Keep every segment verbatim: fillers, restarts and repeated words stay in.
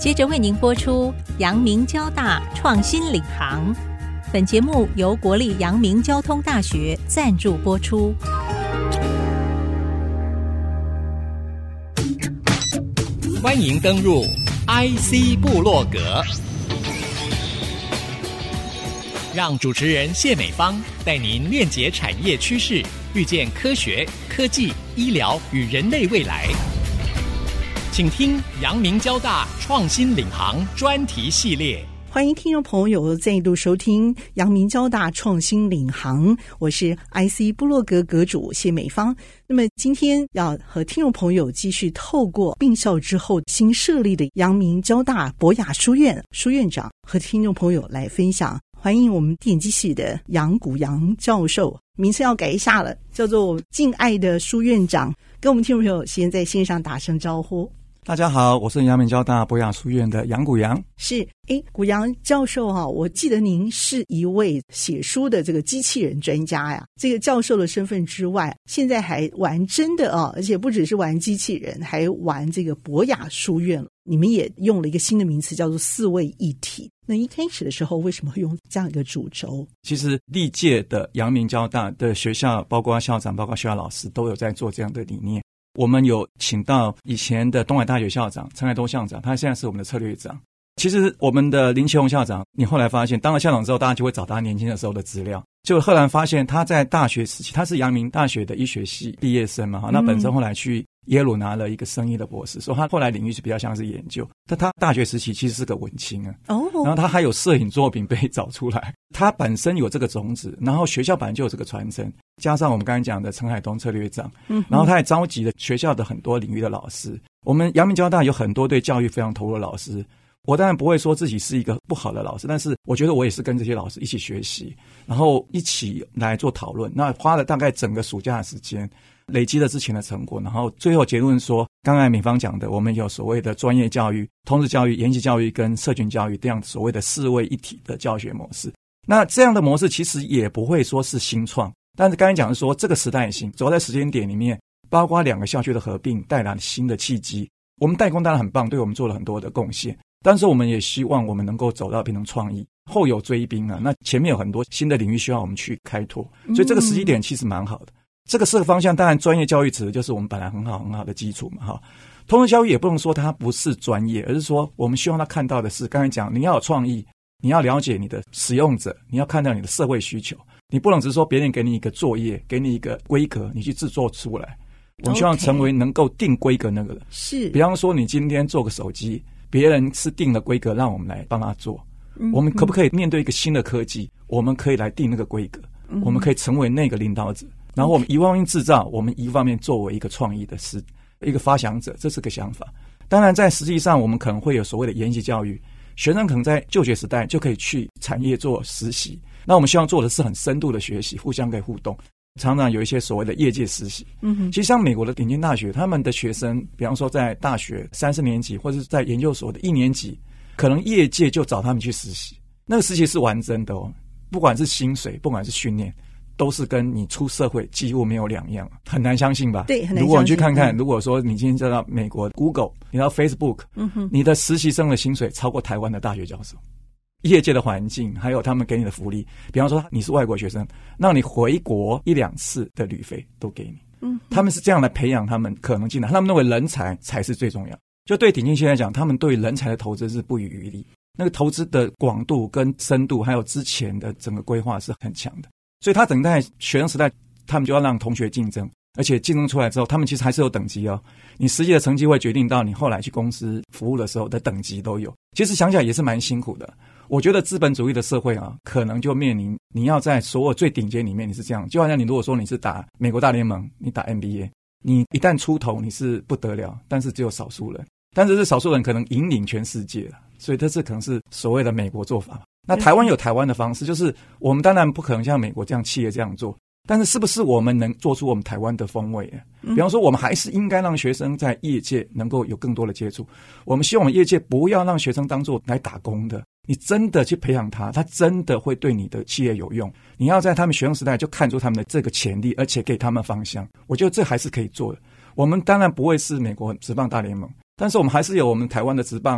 接着为您播出阳明交大创新领航。本节目由国立阳明交通大学赞助播出。 欢迎登入 I C 部落格，让主持人谢美芳带您链接产业趋势，预见科学、科技、医疗与人类未来。请听阳明交大创新领航专题系列。 欢迎听众朋友再度收听阳明交大创新领航，我是 I C 部落格阁主谢美芳。那么今天要和听众朋友继续透过并校之后新设立的阳明交大博雅书院书院长和听众朋友来分享。欢迎我们电机系的杨谷洋教授，名称要改一下了，叫做敬爱的书院长，跟我们听众朋友先在线上打声招呼。 大家好，我是阳明交大博雅书院的杨谷洋。 是，诶，谷洋教授哈、啊，我记得您是一位写书的这个机器人专家呀。这个教授的身份之外，现在还玩真的啊，而且不只是玩机器人，还玩这个博雅书院。你们也用了一个新的名词，叫做四位一体。那一开始的时候，为什么会用这样一个主轴？ 其实历届的阳明交大的学校，包括校长，包括学校老师，都有在做这样的理念。我们有请到以前的东海大学校长陈海东校长，他现在是我们的策略长。其实我们的林奇宏校长，你后来发现当了校长之后，大家就会找他年轻的时候的资料，就后来发现他在大学时期，他是阳明大学的医学系毕业生嘛，那本身后来去耶鲁拿了一个生医的博士，所以他后来领域是比较像是研究。但他大学时期其实是个文青啊，哦，然后他还有摄影作品被找出来，他本身有这个种子，然后学校本来就有这个传承，加上我们刚才讲的陈海东策略长，嗯，然后他也召集了学校的很多领域的老师。我们阳明交大有很多对教育非常投入的老师，我当然不会说自己是一个不好的老师，但是我觉得我也是跟这些老师一起学习，然后一起来做讨论。那花了大概整个暑假的时间，累积了之前的成果，然后最后结论说，刚才美芳讲的，我们有所谓的专业教育、通识教育、研习教育跟社群教育这样所谓的四位一体的教学模式。那这样的模式其实也不会说是新创，但是刚才讲的说这个时代性走在时间点里面，包括两个校区的合并带来新的契机。我们代工当然很棒，对我们做了很多的贡献，但是我们也希望我们能够走到变成创意，后有追兵啊，那前面有很多新的领域需要我们去开拓，所以这个时机点其实蛮好的。这个四个方向，当然专业教育指的就是我们本来很好很好的基础嘛，哈。通识教育也不能说它不是专业，而是说我们希望他看到的是，刚才讲你要有创意，你要了解你的使用者，你要看到你的社会需求，你不能只是说别人给你一个作业，给你一个规格，你去制作出来。我们希望成为能够定规格那个人。是，比方说你今天做个手机，别人是定了规格让我们来帮他做，嗯，我们可不可以面对一个新的科技，我们可以来定那个规格，嗯，我们可以成为那个领导者，然后我们一方面制造，我们一方面作为一个创意的师，一个发想者，这是个想法。当然在实际上我们可能会有所谓的研习教育，学生可能在就学时代就可以去产业做实习，那我们希望做的是很深度的学习，互相可以互动，常常有一些所谓的业界实习。嗯哼，其实像美国的顶尖大学，他们的学生比方说在大学三四年级或者是在研究所的一年级，可能业界就找他们去实习，那个实习是玩真的哦，不管是薪水不管是训练，都是跟你出社会几乎没有两样，很难相信吧？对，很难相信。如果你去看看，嗯，如果说你今天知道美国 Google， 你到 Facebook，嗯哼，你的实习生的薪水超过台湾的大学教授。业界的环境还有他们给你的福利，比方说你是外国学生，让你回国一两次的旅费都给你，嗯，他们是这样来培养他们可能进来，他们认为人才才是最重要。就对顶尖企业来讲，他们对人才的投资是不遗余力，那个投资的广度跟深度还有之前的整个规划是很强的，所以他整在学生时代他们就要让同学竞争，而且竞争出来之后他们其实还是有等级哦，你实际的成绩会决定到你后来去公司服务的时候的等级都有，其实想起来也是蛮辛苦的。我觉得资本主义的社会啊，可能就面临你要在所有最顶尖里面你是这样，就好像你如果说你是打美国大联盟，你打 N B A， 你一旦出头你是不得了，但是只有少数人，但是这少数人可能引领全世界了，所以这是可能是所谓的美国做法。那台湾有台湾的方式，就是我们当然不可能像美国这样企业这样做，但是是不是我们能做出我们台湾的风味？比方说我们还是应该让学生在业界能够有更多的接触，我们希望我们业界不要让学生当作来打工的，你真的去培养他，他真的会对你的企业有用，你要在他们学生时代就看出他们的这个潜力，而且给他们方向，我觉得这还是可以做的。我们当然不会是美国职棒大联盟，但是我们还是有我们台湾的职棒啊，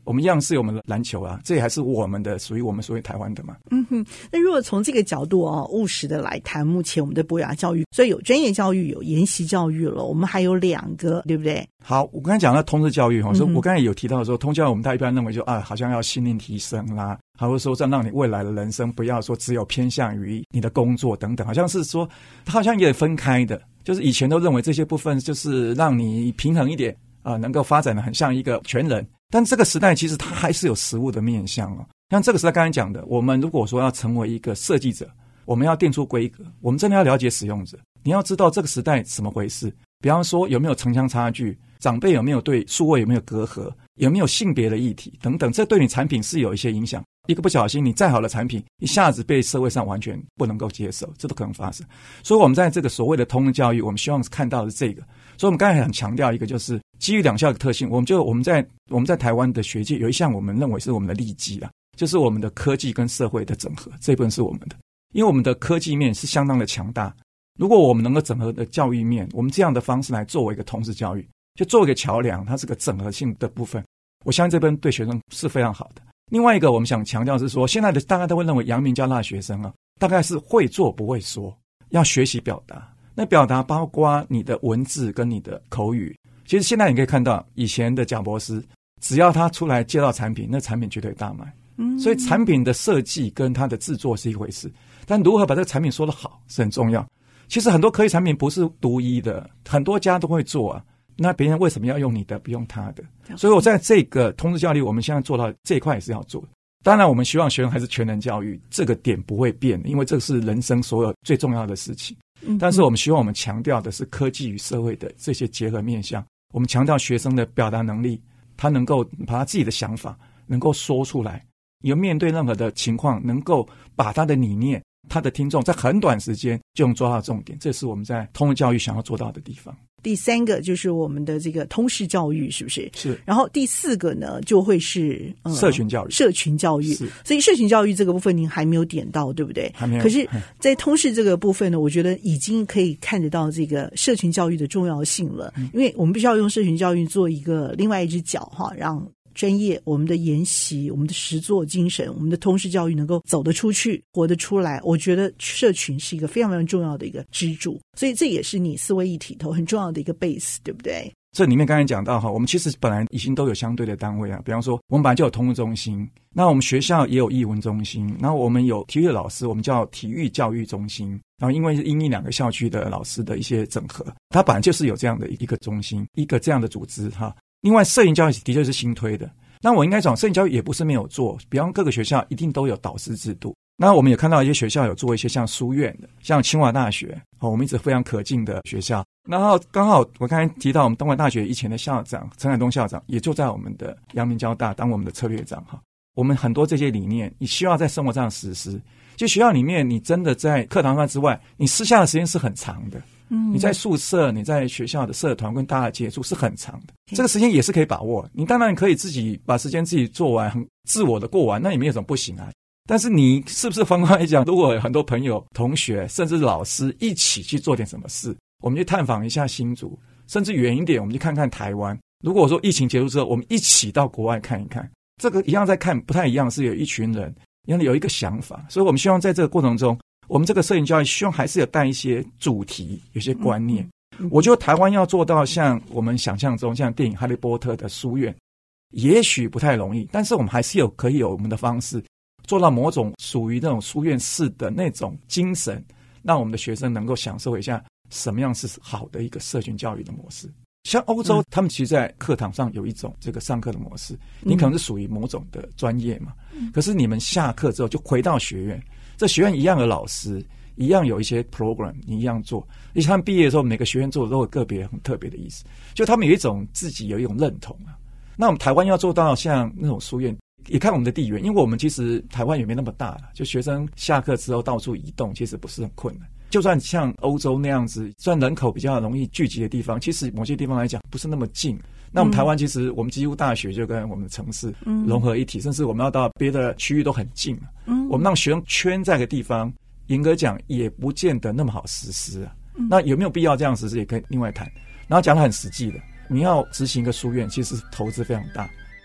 我们一样是我们的篮球啊，这也还是我们的，属于我们属于台湾的嘛。 嗯哼，那如果从这个角度哦，务实的来谈，目前我们的博雅教育，所以有专业教育，有研习教育了，我们还有两个，对不对？ 好，我刚才讲到通识教育哈，所以我刚才有提到说，通识教育我们大家一般认为就啊，好像要心灵提升啦，还会说这让你未来的人生不要说只有偏向于你的工作等等，好像是说它好像也分开的，就是以前都认为这些部分就是让你平衡一点啊、呃，能够发展的很像一个全人。但这个时代其实它还是有实务的面向哦。像这个时代刚才讲的，我们如果说要成为一个设计者，我们要定出规格，我们真的要了解使用者，你要知道这个时代怎么回事。比方说有没有城乡差距，长辈有没有对数位有没有隔阂，有没有性别的议题等等，这对你产品是有一些影响。一个不小心，你再好的产品一下子被社会上完全不能够接受，这都可能发生。所以我们在这个所谓的通识教育，我们希望看到的是这个。所以我们刚才很强调一个，就是基于两校的特性，我们就我们在我们在台湾的学界有一项我们认为是我们的利基啦，就是我们的科技跟社会的整合，这一部分是我们的。因为我们的科技面是相当的强大，如果我们能够整合的教育面，我们这样的方式来作为一个通识教育，就做一个桥梁，它是个整合性的部分，我相信这边对学生是非常好的。另外一个我们想强调是说，现在的大家都会认为阳明交大的学生啊，大概是会做不会说，要学习表达。那表达包括你的文字跟你的口语。其实现在你可以看到，以前的贾博士，只要他出来介绍产品，那产品绝对大卖。嗯，所以产品的设计跟它的制作是一回事，但如何把这个产品说得好是很重要。其实很多科技产品不是独一的，很多家都会做啊。那别人为什么要用你的，不用他的？所以我在这个通识教育，我们现在做到这一块也是要做的。当然，我们希望学生还是全人教育，这个点不会变，因为这是人生所有最重要的事情。但是我们希望我们强调的是科技与社会的这些结合面向，我们强调学生的表达能力，他能够把他自己的想法能够说出来，有面对任何的情况能够把他的理念，他的听众在很短时间就能抓到重点，这是我们在通识教育想要做到的地方。 第三个就是我们的这个通识教育，是不是？ 是。 然后第四个呢，就会是、呃、 社群教育。 社群教育。所以社群教育这个部分您还没有点到，对不对？ 还没有。 可是，在通识这个部分呢，我觉得已经可以看得到这个社群教育的重要性了，嗯、因为我们必须要用社群教育做一个另外一只脚哈，让专业、我们的研习、我们的实作精神、我们的通识教育能够走得出去、活得出来。我觉得社群是一个非常非常重要的一个支柱，所以这也是你思维一体头很重要的一个 base， 对不对？ 这里面刚才讲到哈，我们其实本来已经都有相对的单位啊，比方说我们本来就有通识中心，那我们学校也有艺文中心，然后我们有体育的老师，我们叫体育教育中心，然后因为是因应两个校区的老师的一些整合，它本来就是有这样的一个中心，一个这样的组织哈。另外社群教育的确是新推的，那我应该讲社群教育也不是没有做，比方各个学校一定都有导师制度，那我们也看到一些学校有做一些像书院的，像清华大学、哦、我们一直非常可敬的学校，然后刚好我刚才提到我们东华大学以前的校长陈海东校长也就在我们的阳明交大当我们的策略长哈。我们很多这些理念你需要在生活上实施，就学校里面你真的在课堂上之外，你私下的时间是很长的，你在宿舍你在学校的社团跟大家的接触是很长的，这个时间也是可以把握，你当然可以自己把时间自己做完，很自我的过完，那也没有什么不行啊。但是你是不是反过来讲，如果有很多朋友同学甚至老师一起去做点什么事，我们去探访一下新竹，甚至远一点我们去看看台湾，如果说疫情结束之后我们一起到国外看一看，这个一样在看，不太一样，是有一群人有一个想法，所以我们希望在这个过程中，我们这个摄影教育希望还是有带一些主题，有些观念。嗯嗯、我觉得台湾要做到像我们想象中，像电影《哈利波特》的书院，也许不太容易，但是我们还是有可以有我们的方式，做到某种属于那种书院式的那种精神，让我们的学生能够享受一下什么样是好的一个社群教育的模式。像欧洲、嗯、他们其实在课堂上有一种这个上课的模式，你可能是属于某种的专业嘛、嗯、可是你们下课之后就回到学院，这学院一样有老师，一样有一些 program 你一样做，而且他们毕业的时候每个学院做的都有个别很特别的意思，就他们有一种自己有一种认同啊。那我们台湾要做到像那种书院，也看我们的地缘，因为我们其实台湾也没那么大，就学生下课之后到处移动其实不是很困难，就算像欧洲那样子，虽然人口比较容易聚集的地方，其实某些地方来讲不是那么近。那我们台湾其实我们几乎大学就跟我们的城市融合一体、嗯、甚至我们要到别的区域都很近、嗯、我们让学生圈在一个地方，严格讲也不见得那么好实施啊、嗯、那有没有必要这样实施也可以另外谈。然后讲得很实际的，你要执行一个书院其实投资非常大，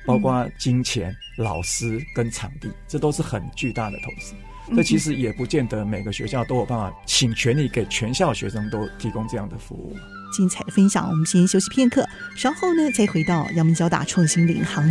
包括金钱、嗯、老师跟场地，这都是很巨大的投资。这其实也不见得每个学校都有办法请全力给全校学生都提供这样的服务。 精彩的分享，我们先休息片刻，稍后呢再回到阳明交大创新领航。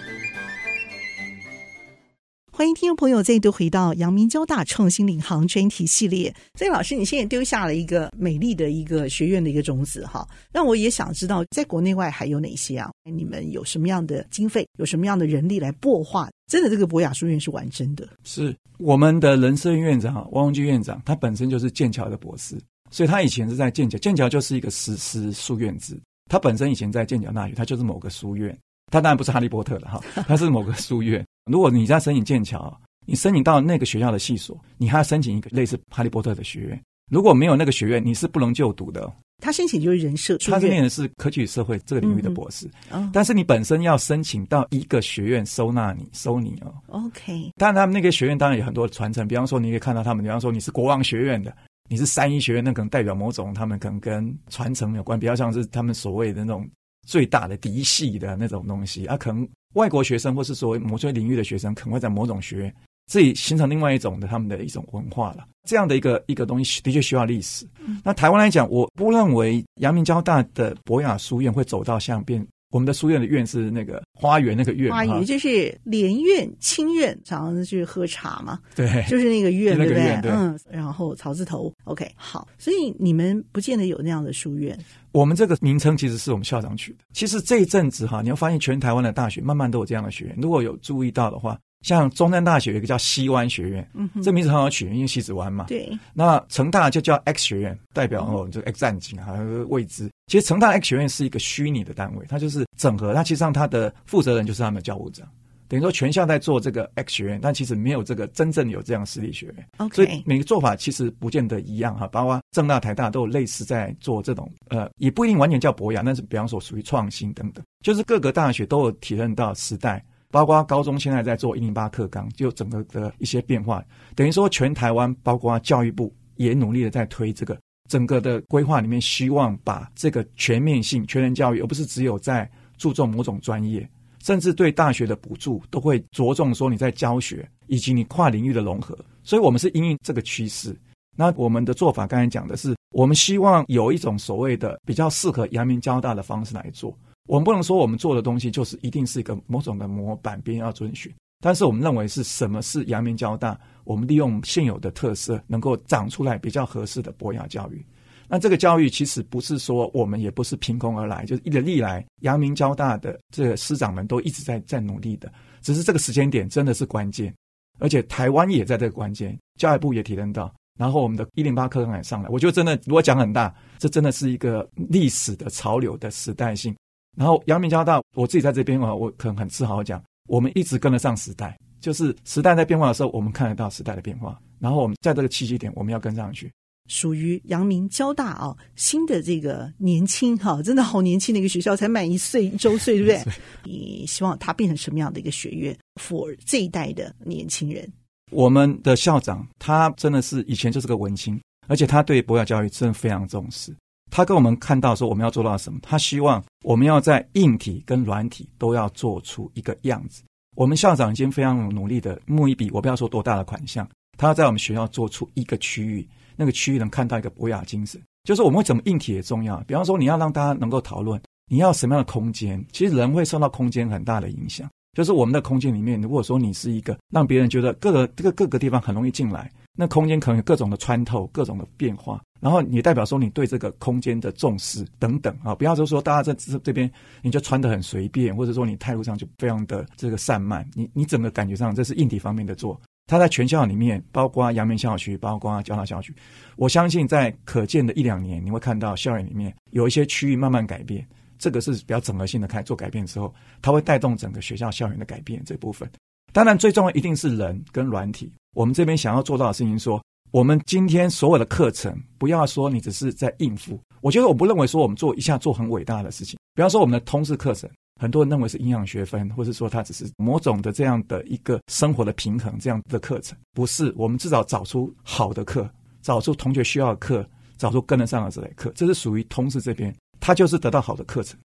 欢迎听众朋友再度回到阳明交大创新领航专题系列。所以老师，你现在丢下了一个美丽的一个学院的一个种子哈，那我也想知道在国内外还有哪些啊？你们有什么样的经费，有什么样的人力来擘画？真的这个博雅书院是完整的。 是我们的人社院院长汪文基院长，他本身就是剑桥的博士，所以他以前是在剑桥，剑桥就是一个实施书院制，他本身以前在剑桥大学，他就是某个书院，他当然不是哈利波特了哈，他是某个书院。如果你在申请剑桥，你申请到那个学校的系所，你还要申请一个类似哈利波特的学院，如果没有那个学院，你是不能就读的。 他申请就是人社， 他念的是科技与社会这个领域的博士、嗯哦、但是你本身要申请到一个学院收纳你收你哦。 OK， 当然他们那个学院当然有很多传承，比方说你可以看到他们，比方说你是国王学院的，你是三一学院，那可能代表某种他们可能跟传承有关，比较像是他们所谓的那种最大的嫡系的那种东西啊，可能外国学生或是所谓某些领域的学生可能会在某种学院自己形成另外一种的他们的一种文化了，这样的一个一个东西的确需要历史、嗯、那台湾来讲，我不认为阳明交大的博雅书院会走到像变我们的书院的院是那个花园那个院， 花园就是连院清院，常常去喝茶嘛， 对， 就是那个院，对不对？ 对， 嗯，然后草字头 OK 好，所以你们不见得有那样的书院。 我们这个名称其实是我们校长取的。其实这一阵子哈，你会发现全台湾的大学慢慢都有这样的学院，如果有注意到的话，像中山大学有一个叫西湾学院、嗯、这名字很好取，因为西子湾嘛。 对。 那成大就叫 X 学院，代表哦这个 X 战警还有未知。其实成大 X 学院是一个虚拟的单位，它就是整合，它其实上它的负责人就是他们的教务长，等于说全校在做这个 X 学院，但其实没有这个真正有这样私立学院。 Okay. 所以每个做法其实不见得一样哈，包括政大、台大都有类似在做这种呃，也不一定完全叫博雅，但是比方说属于创新等等，就是各个大学都有体认到时代。包括高中现在在做一零八课纲，就整个的一些变化，等于说全台湾包括教育部也努力的在推这个整个的规划里面，希望把这个全面性全人教育，而不是只有在注重某种专业，甚至对大学的补助都会着重说你在教学以及你跨领域的融合，所以我们是因应这个趋势。那我们的做法刚才讲的是，我们希望有一种所谓的比较适合阳明交大的方式来做，我们不能说我们做的东西就是一定是一个某种的模板，别人要遵循，但是我们认为是什么是阳明交大，我们利用现有的特色能够长出来比较合适的博雅教育。那这个教育其实不是说我们也不是凭空而来，就是一直历来阳明交大的这个师长们都一直在在努力的，只是这个时间点真的是关键，而且台湾也在这个关键，教育部也体认到，然后我们的一零八课纲也上来，我觉得真的如果讲很大，这真的是一个历史的潮流的时代性。然后阳明交大我自己在这边我可能很自豪讲，我们一直跟得上时代，就是时代在变化的时候我们看得到时代的变化，然后我们在这个契机点我们要跟上去。 属于阳明交大啊、哦，新的这个年轻哈、哦，真的好年轻的一个学校，才满一岁一周岁，对不对？你希望它变成什么样的一个学院 for 这一代的年轻人？ 我们的校长他真的是以前就是个文青，而且他对博雅教育真的非常重视。他跟我们看到说我们要做到什么，他希望我们要在硬体跟软体都要做出一个样子。我们校长已经非常努力的募一笔，我不要说多大的款项，他要在我们学校做出一个区域，那个区域能看到一个博雅精神，就是我们会怎么硬体也重要。比方说你要让大家能够讨论，你要什么样的空间，其实人会受到空间很大的影响。就是我们的空间里面，如果说你是一个让别人觉得各个这个各个地方很容易进来，那空间可能有各种的穿透，各种的变化，然后你代表说你对这个空间的重视等等啊，不要就说大家在这这边你就穿得很随便，或者说你态度上就非常的这个散漫，你你整个感觉上这是硬体方面的做。他在全校里面，包括阳明校区，包括交大校区，我相信在可见的一两年，你会看到校园里面有一些区域慢慢改变。这个是比较整合性的开始做改变之后，它会带动整个学校校园的改变这部分。当然最重要一定是人跟软体。我们这边想要做到的事情说，我们今天所有的课程不要说你只是在应付，我觉得我不认为说我们做一下做很伟大的事情。比方说我们的通识课程，很多人认为是营养学分，或者说它只是某种的这样的一个生活的平衡这样的课程，不是。我们至少找出好的课，找出同学需要的课，找出跟得上的这类课，这是属于通识这边，它就是得到好的课程。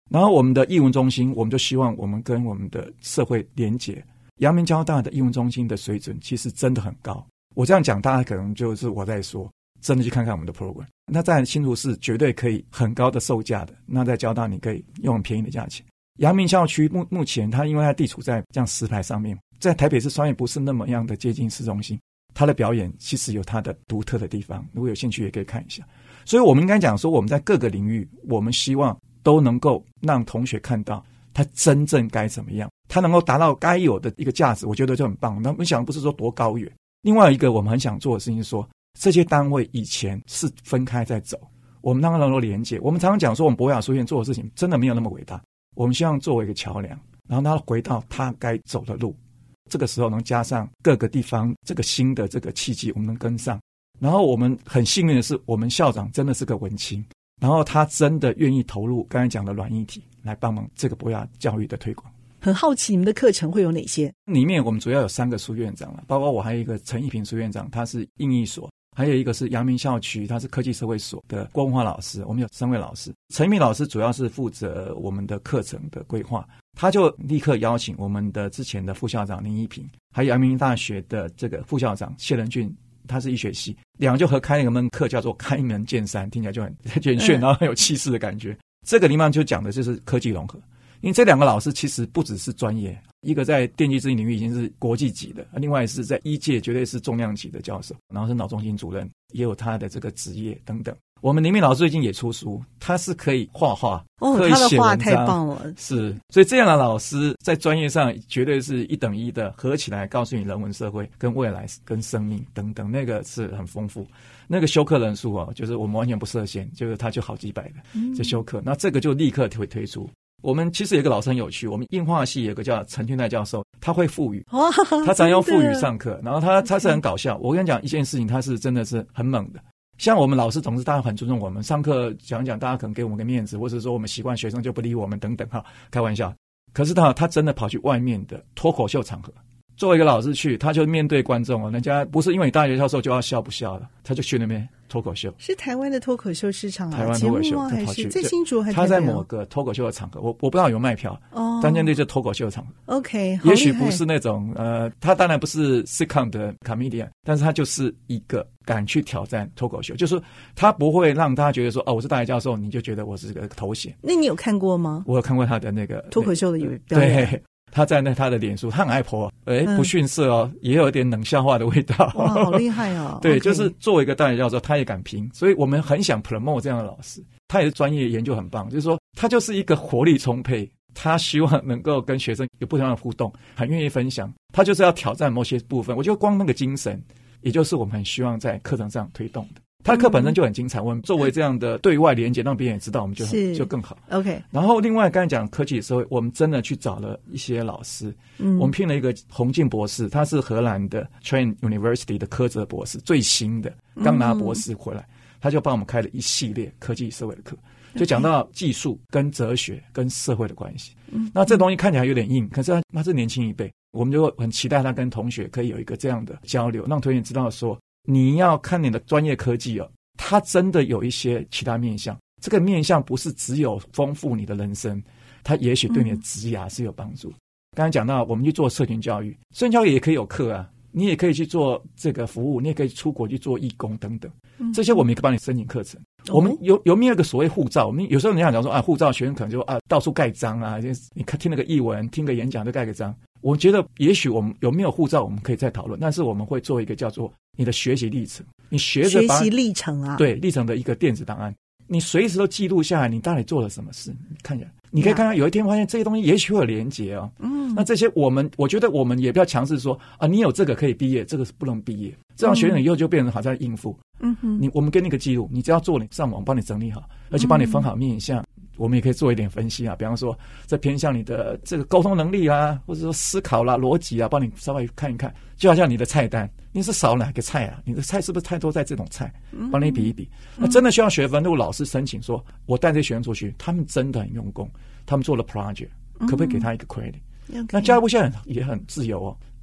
然后我们的艺文中心，我们就希望我们跟我们的社会连结。阳明交大的艺文中心的水准其实真的很高，我这样讲大家可能就是我在说，真的去看看我们的 program。 那在新竹是绝对可以很高的售价的，那在交大你可以用很便宜的价钱。阳明校区目目前它因为它地处在这样石牌上面，在台北市商业不是那么样的接近市中心，它的表演其实有它的独特的地方，如果有兴趣也可以看一下。所以我们应该讲说，我们在各个领域，我们希望都能够让同学看到它真正该怎么样，它能够达到该有的一个价值，我觉得就很棒。那我们想不是说多高远。另外一个我们很想做的事情是说，这些单位以前是分开在走，我们让它能够连接。我们常常讲说，我们博雅书院做的事情真的没有那么伟大，我们希望作为一个桥梁，然后它回到它该走的路。这个时候能加上各个地方这个新的这个契机，我们能跟上。然后我们很幸运的是，我们校长真的是个文青，然后他真的愿意投入刚才讲的软硬体来帮忙这个博雅教育的推广。 很好奇你们的课程会有哪些？ 里面我们主要有三个书院长了，包括我还有一个陈义平书院长，他是应艺所，还有一个是阳明校区，他是科技社会所的郭文华老师。我们有三位老师，陈义平老师主要是负责我们的课程的规划，他就立刻邀请我们的之前的副校长林一平，还有阳明大学的这个副校长谢仁俊，他是医学系，两个就合开了一门课叫做开门见山，听起来就很很炫，然后很有气势的感觉。这个里面就讲的就是科技融合，因为这两个老师其实不只是专业，一个在电机资讯领域已经是国际级的，另外是在医界绝对是重量级的教授，然后是脑中心主任，也有他的这个职业等等。我们林明老师最近也出书，他是可以画画， 哦， 可以写文章， 他的画太棒了， 是，所以这样的老师在专业上绝对是一等一的，合起来告诉你人文社会跟未来跟生命等等，那个是很丰富。那个修课人数啊，就是我们完全不设限，就是他就好几百的就修课，那这个就立刻会推出。我们其实有一个老师很有趣，我们映画系有个叫陈天泰教授，他会腹语，他常用腹语上课，然后他他是很搞笑。我跟你讲一件事情，他是真的是很猛的。像我们老师总是大家很尊重我们，上课讲讲大家可能给我们个面子，或者说我们习惯学生就不理我们等等哈，开玩笑。可是他他真的跑去外面的脱口秀场合，作为一个老师去，他就面对观众哦，人家不是因为你大学教授就要笑不笑了，他就去那边脱口秀。 是台湾的脱口秀市场啊， 台湾脱口秀还是在新竹还是他在某个脱口秀的场合，我我不知道有卖票哦，但那就脱口秀的场合。 OK， 也许不是那种呃，他当然不是 sitcom 的 comedian， 但是他就是一个敢去挑战脱口秀，就是他不会让大家觉得说哦，我是大学教授，你就觉得我是个头衔。 那你有看过吗？ 我有看过他的那个脱口秀的表演。 对。他在那他的脸书，他很爱po，哎，不逊色哦，嗯、也有点冷笑话的味道。 哇，好厉害哦！ 对， okay. 就是作为一个大学教授，他也敢拼，所以我们很想 promote 这样的老师。他也是专业研究很棒，就是说他就是一个活力充沛，他希望能够跟学生有不同的互动，很愿意分享。他就是要挑战某些部分，我觉得光那个精神，也就是我们很希望在课程上推动的。他的课本身就很精彩，我们作为这样的对外连结，让别人也知道，我们就就更好。 OK。然后另外刚才讲科技社会，我们真的去找了一些老师，嗯，我们聘了一个洪进博士，他是荷兰的 Trent University 的科泽博士，最新的，刚拿博士回来，嗯、他就帮我们开了一系列科技社会的课，就讲到技术跟哲学跟社会的关系。嗯，那这东西看起来有点硬，可是他他是年轻一辈，我们就很期待他跟同学可以有一个这样的交流，让同学知道说。你要看你的专业科技哦，它真的有一些其他面向，这个面向不是只有丰富你的人生，它也许对你的职涯是有帮助。嗯、刚才讲到我们去做社群教育，社群教育也可以有课啊，你也可以去做这个服务，你也可以出国去做义工等等，嗯、这些我们也可以帮你申请课程。哦、我们有有没有一个所谓护照？我们有时候人家讲说啊，护照学生可能就啊到处盖章啊，你看听那个译文，听个演讲就盖个章。我觉得也许我们有没有护照，我们可以再讨论，但是我们会做一个叫做你的学习历程，你学着学习历程啊， 对历程的一个电子档案，你随时都记录下来，你到底做了什么事，你看一下，你可以看看有一天发现这些东西也许会有连结哦。嗯，那这些我们我觉得我们也不要强制说啊，你有这个可以毕业，这个是不能毕业，这样学生以后就变成好像应付。嗯哼，你我们给你个记录，你只要做，你上网帮你整理好，而且帮你分好面向。嗯，我们也可以做一点分析啊，比方说这偏向你的这个沟通能力啊，或者说思考啦、逻辑啊，帮你稍微看一看。就好像你的菜单，你是少哪个菜啊？你的菜是不是太多在这种菜？帮你比一比。那真的需要学分，如果老师申请说，我带这些学生出去，他们真的很用功，他们做了 project， 可不可以给他一个 credit？、嗯、那教育部现在也很自由哦。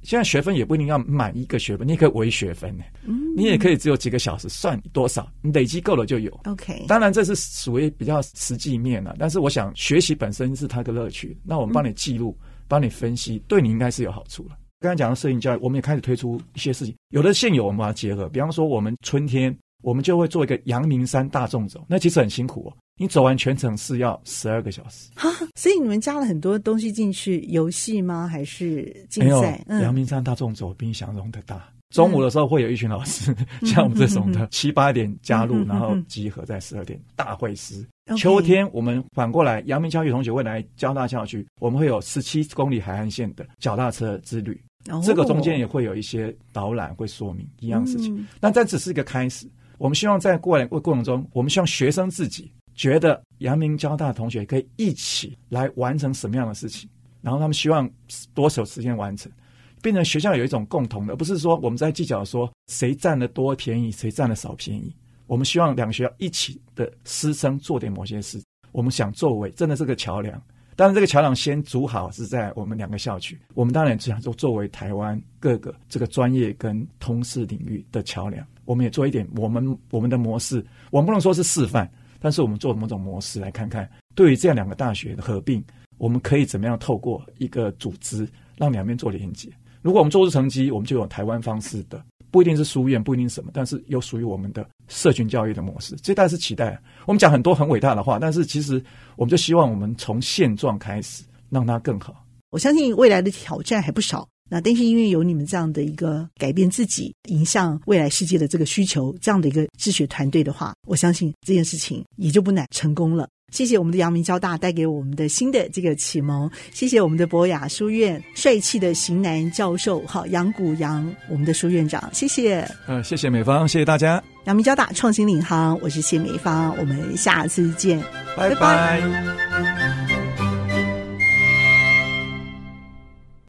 现在学分也不一定要满一个学分，你也可以微学分、嗯、你也可以只有几个小时，算多少你累积够了就有。 OK， 当然这是属于比较实际面了，但是我想学习本身是它的乐趣，那我们帮你记录、嗯、帮你分析，对你应该是有好处了。刚才讲到摄影教育，我们也开始推出一些事情，有的现有我们把它结合，比方说我们春天我们就会做一个阳明山大众走，那其实很辛苦哦，你走完全程是要十二个小时。 哈，所以你们加了很多东西进去，游戏吗？还是竞赛？ 没有，阳明山大众走比你想象的大。中午的时候会有一群老师、嗯、像我们这种的七八点加入、嗯、然后集合在十二点大会师、嗯、秋天我们反过来阳明教育同学会来交大校区，我们会有十七公里海岸线的脚踏车之旅、哦、这个中间也会有一些导览会说明一样事情、嗯、但这只是一个开始，我们希望在过来过程中，我们希望学生自己觉得阳明交大同学可以一起来完成什么样的事情，然后他们希望多少时间完成，变成学校有一种共同的，而不是说我们在计较说谁占的多便宜谁占的少便宜，我们希望两个学校一起的师生做点某些事，我们想作为真的是个桥梁，当然这个桥梁先筑好是在我们两个校区，我们当然想做作为台湾各个这个专业跟通识领域的桥梁，我们也做一点我们我们的模式，我们不能说是示范，但是我们做某种模式来看看对于这样两个大学的合并，我们可以怎么样透过一个组织让两边做连结。如果我们做出成绩，我们就有台湾方式的，不一定是书院，不一定是什么，但是有属于我们的社群教育的模式，这大概是期待。我们讲很多很伟大的话，但是其实我们就希望我们从现状开始让它更好。 我相信未来的挑战还不少，那但是因为有你们这样的一个改变自己迎向未来世界的这个需求，这样的一个治学团队的话，我相信这件事情也就不难成功了。谢谢我们的阳明交大带给我们的新的这个启蒙，谢谢我们的博雅书院帅气的型男教授好杨谷洋我们的书院长，谢谢。 呃，谢谢美芳，谢谢大家。 阳明交大创新领航，我是谢美芳，我们下次见， 拜拜。拜拜。